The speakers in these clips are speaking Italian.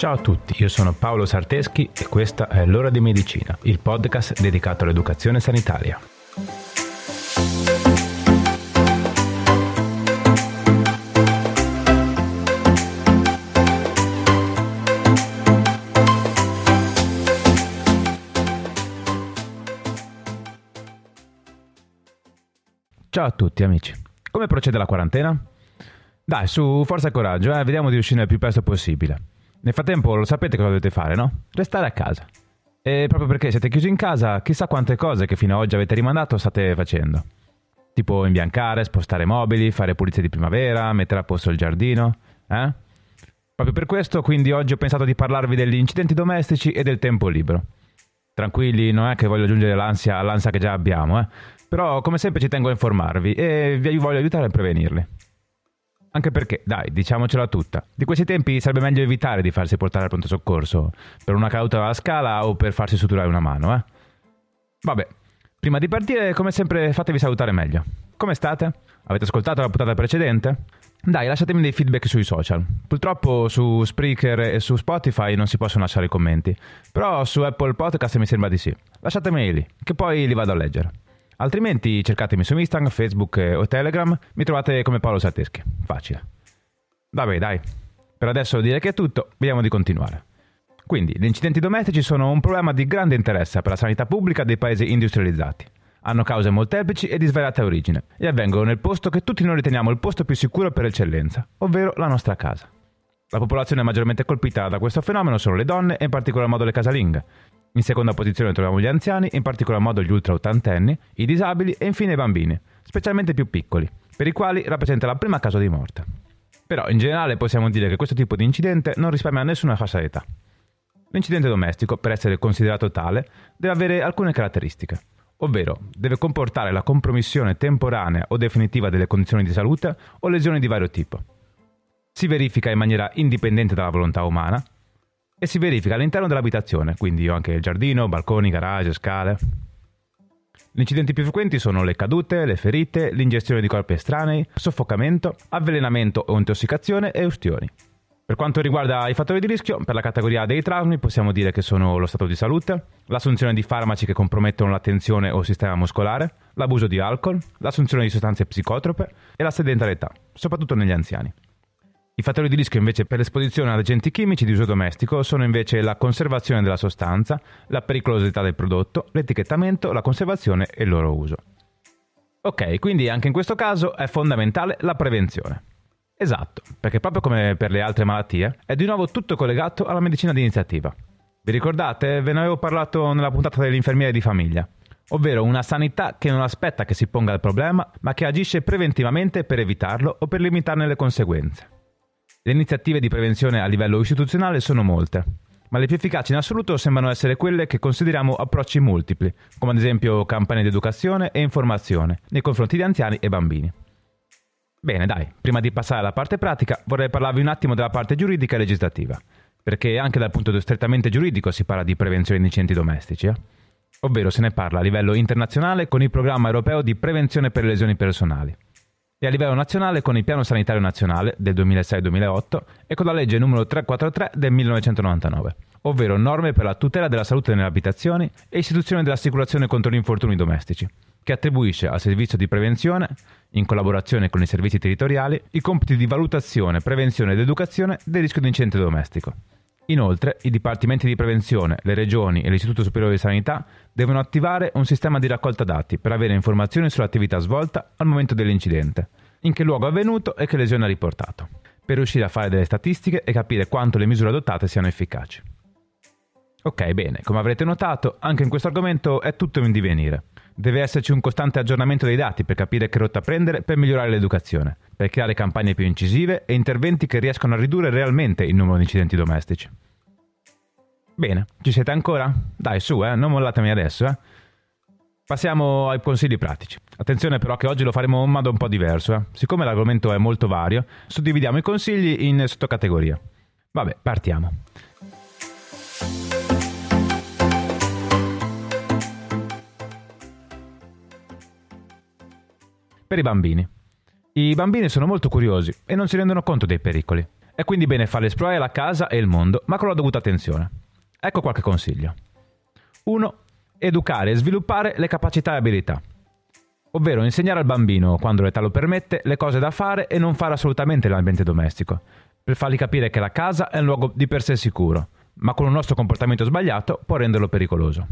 Ciao a tutti, io sono Paolo Sarteschi e questa è L'Ora di Medicina, il podcast dedicato all'educazione sanitaria. Ciao a tutti amici, come procede la quarantena? Dai, su, forza e coraggio, vediamo di uscire il più presto possibile. Nel frattempo lo sapete cosa dovete fare, no? Restare a casa. E proprio perché siete chiusi in casa, chissà quante cose che fino ad oggi avete rimandato state facendo. Tipo imbiancare, spostare mobili, fare pulizie di primavera, mettere a posto il giardino, Proprio per questo, quindi oggi ho pensato di parlarvi degli incidenti domestici e del tempo libero. Tranquilli, non è che voglio aggiungere l'ansia all'ansia che già abbiamo, Però come sempre ci tengo a informarvi e vi voglio aiutare a prevenirli. Anche perché, dai, diciamocela tutta, di questi tempi sarebbe meglio evitare di farsi portare al pronto soccorso per una caduta dalla scala o per farsi suturare una mano, Vabbè, prima di partire, come sempre, fatevi salutare meglio. Come state? Avete ascoltato la puntata precedente? Dai, lasciatemi dei feedback sui social. Purtroppo su Spreaker e su Spotify non si possono lasciare commenti, però su Apple Podcast mi sembra di sì. Lasciatemeli lì, che poi li vado a leggere. Altrimenti cercatemi su Instagram, Facebook o Telegram, mi trovate come Paolo Sarteschi. Facile. Vabbè, dai. Per adesso direi che è tutto, vediamo di continuare. Quindi, gli incidenti domestici sono un problema di grande interesse per la sanità pubblica dei paesi industrializzati. Hanno cause molteplici e di svariata origine e avvengono nel posto che tutti noi riteniamo il posto più sicuro per eccellenza, ovvero la nostra casa. La popolazione maggiormente colpita da questo fenomeno sono le donne e in particolar modo le casalinghe. In seconda posizione troviamo gli anziani, in particolar modo gli ultraottantenni, i disabili e infine i bambini, specialmente i più piccoli, per i quali rappresenta la prima causa di morte. Però in generale possiamo dire che questo tipo di incidente non risparmia nessuna fascia d'età. L'incidente domestico, per essere considerato tale, deve avere alcune caratteristiche, ovvero deve comportare la compromissione temporanea o definitiva delle condizioni di salute o lesioni di vario tipo. Si verifica in maniera indipendente dalla volontà umana e si verifica all'interno dell'abitazione, quindi anche il giardino, balconi, garage, scale. Gli incidenti più frequenti sono le cadute, le ferite, l'ingestione di corpi estranei, soffocamento, avvelenamento o intossicazione e ustioni. Per quanto riguarda i fattori di rischio, per la categoria dei traumi possiamo dire che sono lo stato di salute, l'assunzione di farmaci che compromettono l'attenzione o il sistema muscolare, l'abuso di alcol, l'assunzione di sostanze psicotrope e la sedentarietà, soprattutto negli anziani. I fattori di rischio invece per l'esposizione ad agenti chimici di uso domestico sono invece la conservazione della sostanza, la pericolosità del prodotto, l'etichettamento, la conservazione e il loro uso. Ok, quindi anche in questo caso è fondamentale la prevenzione. Esatto, perché proprio come per le altre malattie è di nuovo tutto collegato alla medicina di iniziativa. Vi ricordate? Ve ne avevo parlato nella puntata dell'infermiere di famiglia, ovvero una sanità che non aspetta che si ponga il problema, ma che agisce preventivamente per evitarlo o per limitarne le conseguenze. Le iniziative di prevenzione a livello istituzionale sono molte, ma le più efficaci in assoluto sembrano essere quelle che consideriamo approcci multipli, come ad esempio campagne di educazione e informazione nei confronti di anziani e bambini. Bene, dai, prima di passare alla parte pratica vorrei parlarvi un attimo della parte giuridica e legislativa, perché anche dal punto strettamente giuridico si parla di prevenzione di incidenti domestici, ovvero se ne parla a livello internazionale con il programma europeo di prevenzione per le lesioni personali, e a livello nazionale con il Piano Sanitario Nazionale del 2006-2008 e con la legge numero 343 del 1999, ovvero norme per la tutela della salute nelle abitazioni e istituzione dell'assicurazione contro gli infortuni domestici, che attribuisce al servizio di prevenzione, in collaborazione con i servizi territoriali, i compiti di valutazione, prevenzione ed educazione del rischio di incidente domestico. Inoltre, i dipartimenti di prevenzione, le regioni e l'Istituto Superiore di Sanità devono attivare un sistema di raccolta dati per avere informazioni sull'attività svolta al momento dell'incidente, in che luogo è avvenuto e che lesione ha riportato, per riuscire a fare delle statistiche e capire quanto le misure adottate siano efficaci. Ok, bene, come avrete notato, anche in questo argomento è tutto in divenire. Deve esserci un costante aggiornamento dei dati per capire che rotta prendere per migliorare l'educazione, per creare campagne più incisive e interventi che riescano a ridurre realmente il numero di incidenti domestici. Bene, ci siete ancora? Dai, su, non mollatemi adesso, Passiamo ai consigli pratici. Attenzione però che oggi lo faremo in modo un po' diverso, Siccome l'argomento è molto vario, suddividiamo i consigli in sottocategorie. Vabbè, partiamo. Per i bambini. I bambini sono molto curiosi e non si rendono conto dei pericoli. È quindi bene fare esplorare la casa e il mondo, ma con la dovuta attenzione. Ecco qualche consiglio. 1. Educare e sviluppare le capacità e abilità. Ovvero insegnare al bambino, quando l'età lo permette, le cose da fare e non fare assolutamente nell'ambiente domestico, per fargli capire che la casa è un luogo di per sé sicuro, ma con un nostro comportamento sbagliato può renderlo pericoloso.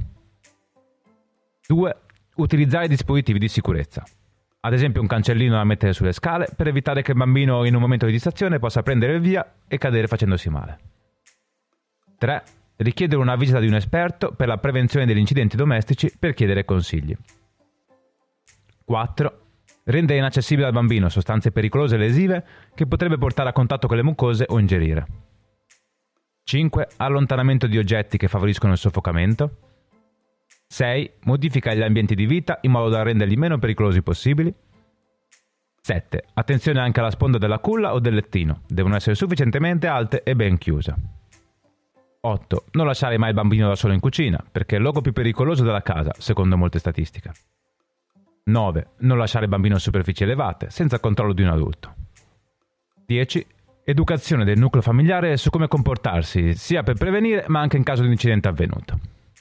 2. Utilizzare dispositivi di sicurezza. Ad esempio un cancellino da mettere sulle scale per evitare che il bambino in un momento di distrazione possa prendere il via e cadere facendosi male. 3. Richiedere una visita di un esperto per la prevenzione degli incidenti domestici per chiedere consigli. 4. Rendere inaccessibile al bambino sostanze pericolose e lesive che potrebbe portare a contatto con le mucose o ingerire. 5. Allontanamento di oggetti che favoriscono il soffocamento. 6. Modifica gli ambienti di vita in modo da renderli meno pericolosi possibili. 7. Attenzione anche alla sponda della culla o del lettino, devono essere sufficientemente alte e ben chiuse. 8. Non lasciare mai il bambino da solo in cucina, perché è il luogo più pericoloso della casa, secondo molte statistiche. 9. Non lasciare il bambino in superfici elevate, senza il controllo di un adulto. 10. Educazione del nucleo familiare su come comportarsi, sia per prevenire ma anche in caso di un incidente avvenuto.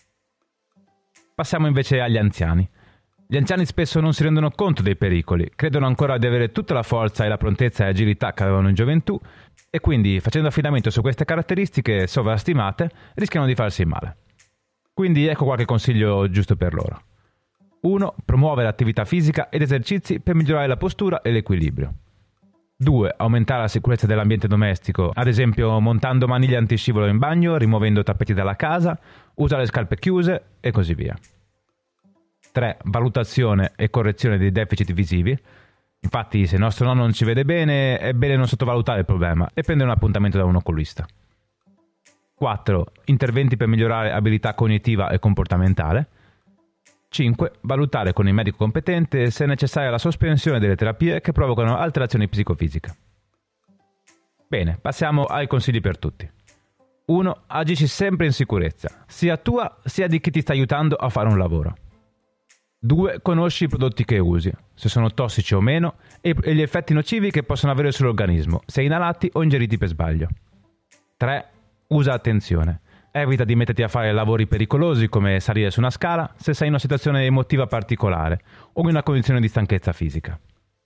Passiamo invece agli anziani. Gli anziani spesso non si rendono conto dei pericoli, credono ancora di avere tutta la forza e la prontezza e agilità che avevano in gioventù e quindi, facendo affidamento su queste caratteristiche sovrastimate, rischiano di farsi male. Quindi ecco qualche consiglio giusto per loro. 1. Promuovere attività fisica ed esercizi per migliorare la postura e l'equilibrio. 2. Aumentare la sicurezza dell'ambiente domestico, ad esempio montando maniglie antiscivolo in bagno, rimuovendo tappeti dalla casa, usare scarpe chiuse e così via. 3. Valutazione e correzione dei deficit visivi. Infatti, se il nostro nonno non ci vede bene, è bene non sottovalutare il problema e prendere un appuntamento da un oculista. 4. Interventi per migliorare abilità cognitiva e comportamentale. 5. Valutare con il medico competente se è necessaria la sospensione delle terapie che provocano alterazioni psicofisiche. Bene, passiamo ai consigli per tutti. 1. Agisci sempre in sicurezza, sia tua sia di chi ti sta aiutando a fare un lavoro. 2. Conosci i prodotti che usi, se sono tossici o meno, e gli effetti nocivi che possono avere sull'organismo, se inalati o ingeriti per sbaglio. 3. Usa attenzione. Evita di metterti a fare lavori pericolosi come salire su una scala se sei in una situazione emotiva particolare o in una condizione di stanchezza fisica.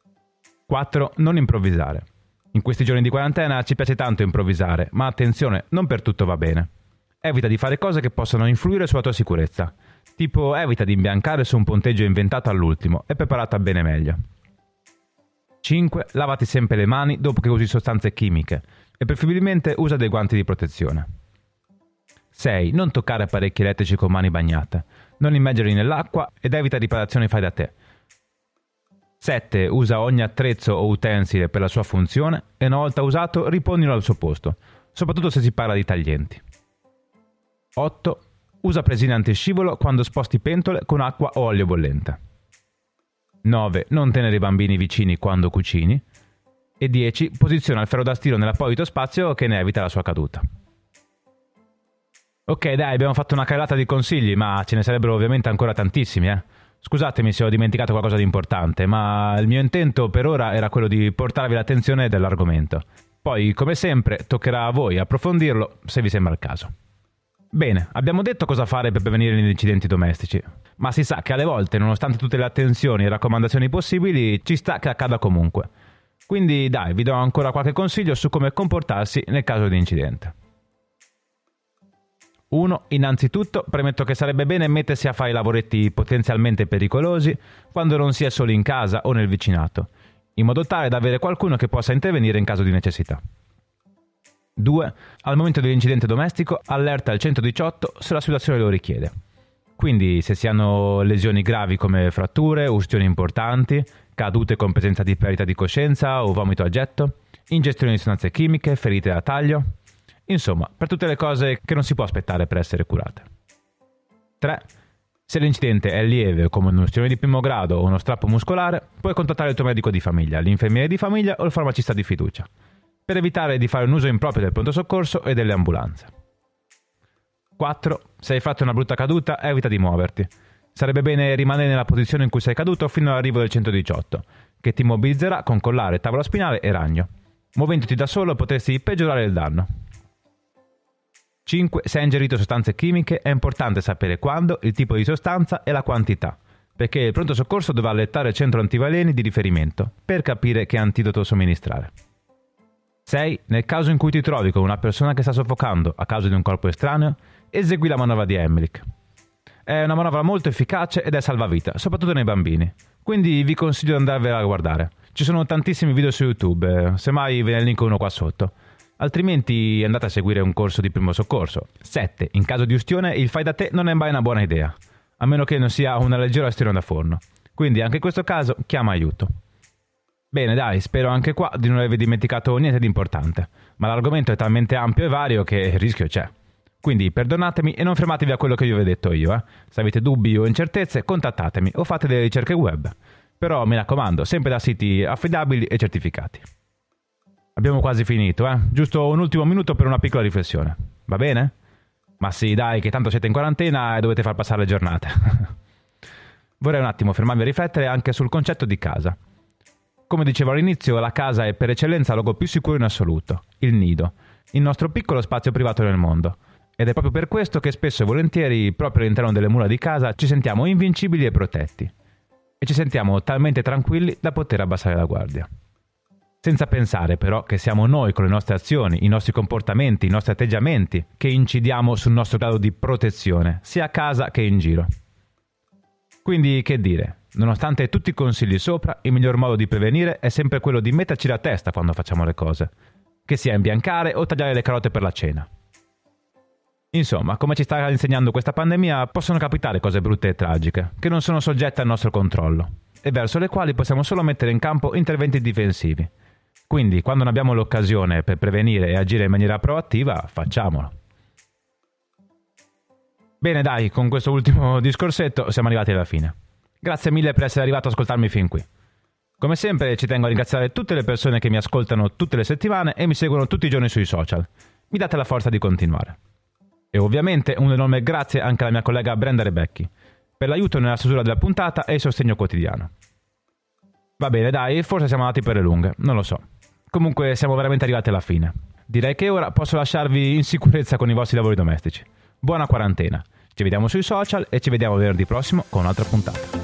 4. Non improvvisare. In questi giorni di quarantena ci piace tanto improvvisare, ma attenzione, non per tutto va bene. Evita di fare cose che possano influire sulla tua sicurezza. Tipo, evita di imbiancare su un ponteggio inventato all'ultimo e preparato a bene meglio. 5. Lavati sempre le mani dopo che usi sostanze chimiche e preferibilmente usa dei guanti di protezione. 6. Non toccare apparecchi elettrici con mani bagnate. Non immergerli nell'acqua ed evita riparazioni fai da te. 7. Usa ogni attrezzo o utensile per la sua funzione e una volta usato riponilo al suo posto, soprattutto se si parla di taglienti. 8. Usa presine antiscivolo quando sposti pentole con acqua o olio bollente. 9. Non tenere i bambini vicini quando cucini. E 10. Posiziona il ferro da stiro nell'apposito spazio che ne evita la sua caduta. Ok, dai, abbiamo fatto una carrellata di consigli, ma ce ne sarebbero ovviamente ancora tantissimi, Scusatemi se ho dimenticato qualcosa di importante, ma il mio intento per ora era quello di portarvi l'attenzione dell'argomento. Poi, come sempre, toccherà a voi approfondirlo se vi sembra il caso. Bene, abbiamo detto cosa fare per prevenire gli incidenti domestici, ma si sa che alle volte, nonostante tutte le attenzioni e raccomandazioni possibili, ci sta che accada comunque. Quindi dai, vi do ancora qualche consiglio su come comportarsi nel caso di incidente. 1. Innanzitutto, premetto che sarebbe bene mettersi a fare i lavoretti potenzialmente pericolosi quando non si è soli in casa o nel vicinato, in modo tale da avere qualcuno che possa intervenire in caso di necessità. 2. Al momento dell'incidente domestico, allerta il 118 se la situazione lo richiede. Quindi se si hanno lesioni gravi come fratture, ustioni importanti, cadute con presenza di perdita di coscienza o vomito a getto, ingestione di sostanze chimiche, ferite da taglio. Insomma, per tutte le cose che non si può aspettare per essere curate. 3. Se l'incidente è lieve come un'ustione di primo grado o uno strappo muscolare, puoi contattare il tuo medico di famiglia, l'infermiere di famiglia o il farmacista di fiducia, per evitare di fare un uso improprio del pronto soccorso e delle ambulanze. 4. Se hai fatto una brutta caduta, evita di muoverti. Sarebbe bene rimanere nella posizione in cui sei caduto fino all'arrivo del 118, che ti immobilizzerà con collare, tavola spinale e ragno. Muovendoti da solo potresti peggiorare il danno. 5. Se hai ingerito sostanze chimiche è importante sapere quando, il tipo di sostanza e la quantità, perché il pronto soccorso dovrà allertare il centro antiveleni di riferimento per capire che antidoto somministrare. 6. Nel caso in cui ti trovi con una persona che sta soffocando a causa di un corpo estraneo, esegui la manovra di Heimlich. È una manovra molto efficace ed è salvavita, soprattutto nei bambini, quindi vi consiglio di andarvela a guardare. Ci sono tantissimi video su YouTube, semmai ve ne linko uno qua sotto. Altrimenti andate a seguire un corso di primo soccorso. 7. In caso di ustione il fai da te non è mai una buona idea, a meno che non sia una leggera ustione da forno. Quindi anche in questo caso chiama aiuto. Bene dai, spero anche qua di non aver dimenticato niente di importante, ma l'argomento è talmente ampio e vario che il rischio c'è. Quindi perdonatemi e non fermatevi a quello che vi ho detto io. Se avete dubbi o incertezze contattatemi o fate delle ricerche web. Però mi raccomando, sempre da siti affidabili e certificati. Abbiamo quasi finito, Giusto un ultimo minuto per una piccola riflessione. Va bene? Ma sì, dai, che tanto siete in quarantena e dovete far passare le giornate. Vorrei un attimo fermarmi a riflettere anche sul concetto di casa. Come dicevo all'inizio, la casa è per eccellenza il luogo più sicuro in assoluto, il nido, il nostro piccolo spazio privato nel mondo. Ed è proprio per questo che spesso e volentieri, proprio all'interno delle mura di casa, ci sentiamo invincibili e protetti. E ci sentiamo talmente tranquilli da poter abbassare la guardia. Senza pensare però che siamo noi con le nostre azioni, i nostri comportamenti, i nostri atteggiamenti, che incidiamo sul nostro grado di protezione, sia a casa che in giro. Quindi, che dire? Nonostante tutti i consigli sopra, il miglior modo di prevenire è sempre quello di metterci la testa quando facciamo le cose, che sia imbiancare o tagliare le carote per la cena. Insomma, come ci sta insegnando questa pandemia, possono capitare cose brutte e tragiche, che non sono soggette al nostro controllo, e verso le quali possiamo solo mettere in campo interventi difensivi. Quindi, quando ne abbiamo l'occasione per prevenire e agire in maniera proattiva, facciamolo. Bene dai, con questo ultimo discorsetto siamo arrivati alla fine. Grazie mille per essere arrivato ad ascoltarmi fin qui. Come sempre ci tengo a ringraziare tutte le persone che mi ascoltano tutte le settimane e mi seguono tutti i giorni sui social. Mi date la forza di continuare. E ovviamente un enorme grazie anche alla mia collega Brenda Rebecchi per l'aiuto nella stesura della puntata e il sostegno quotidiano. Va bene dai, forse siamo andati per le lunghe, non lo so. Comunque siamo veramente arrivati alla fine. Direi che ora posso lasciarvi in sicurezza con i vostri lavori domestici. Buona quarantena. Ci vediamo sui social e ci vediamo venerdì prossimo con un'altra puntata.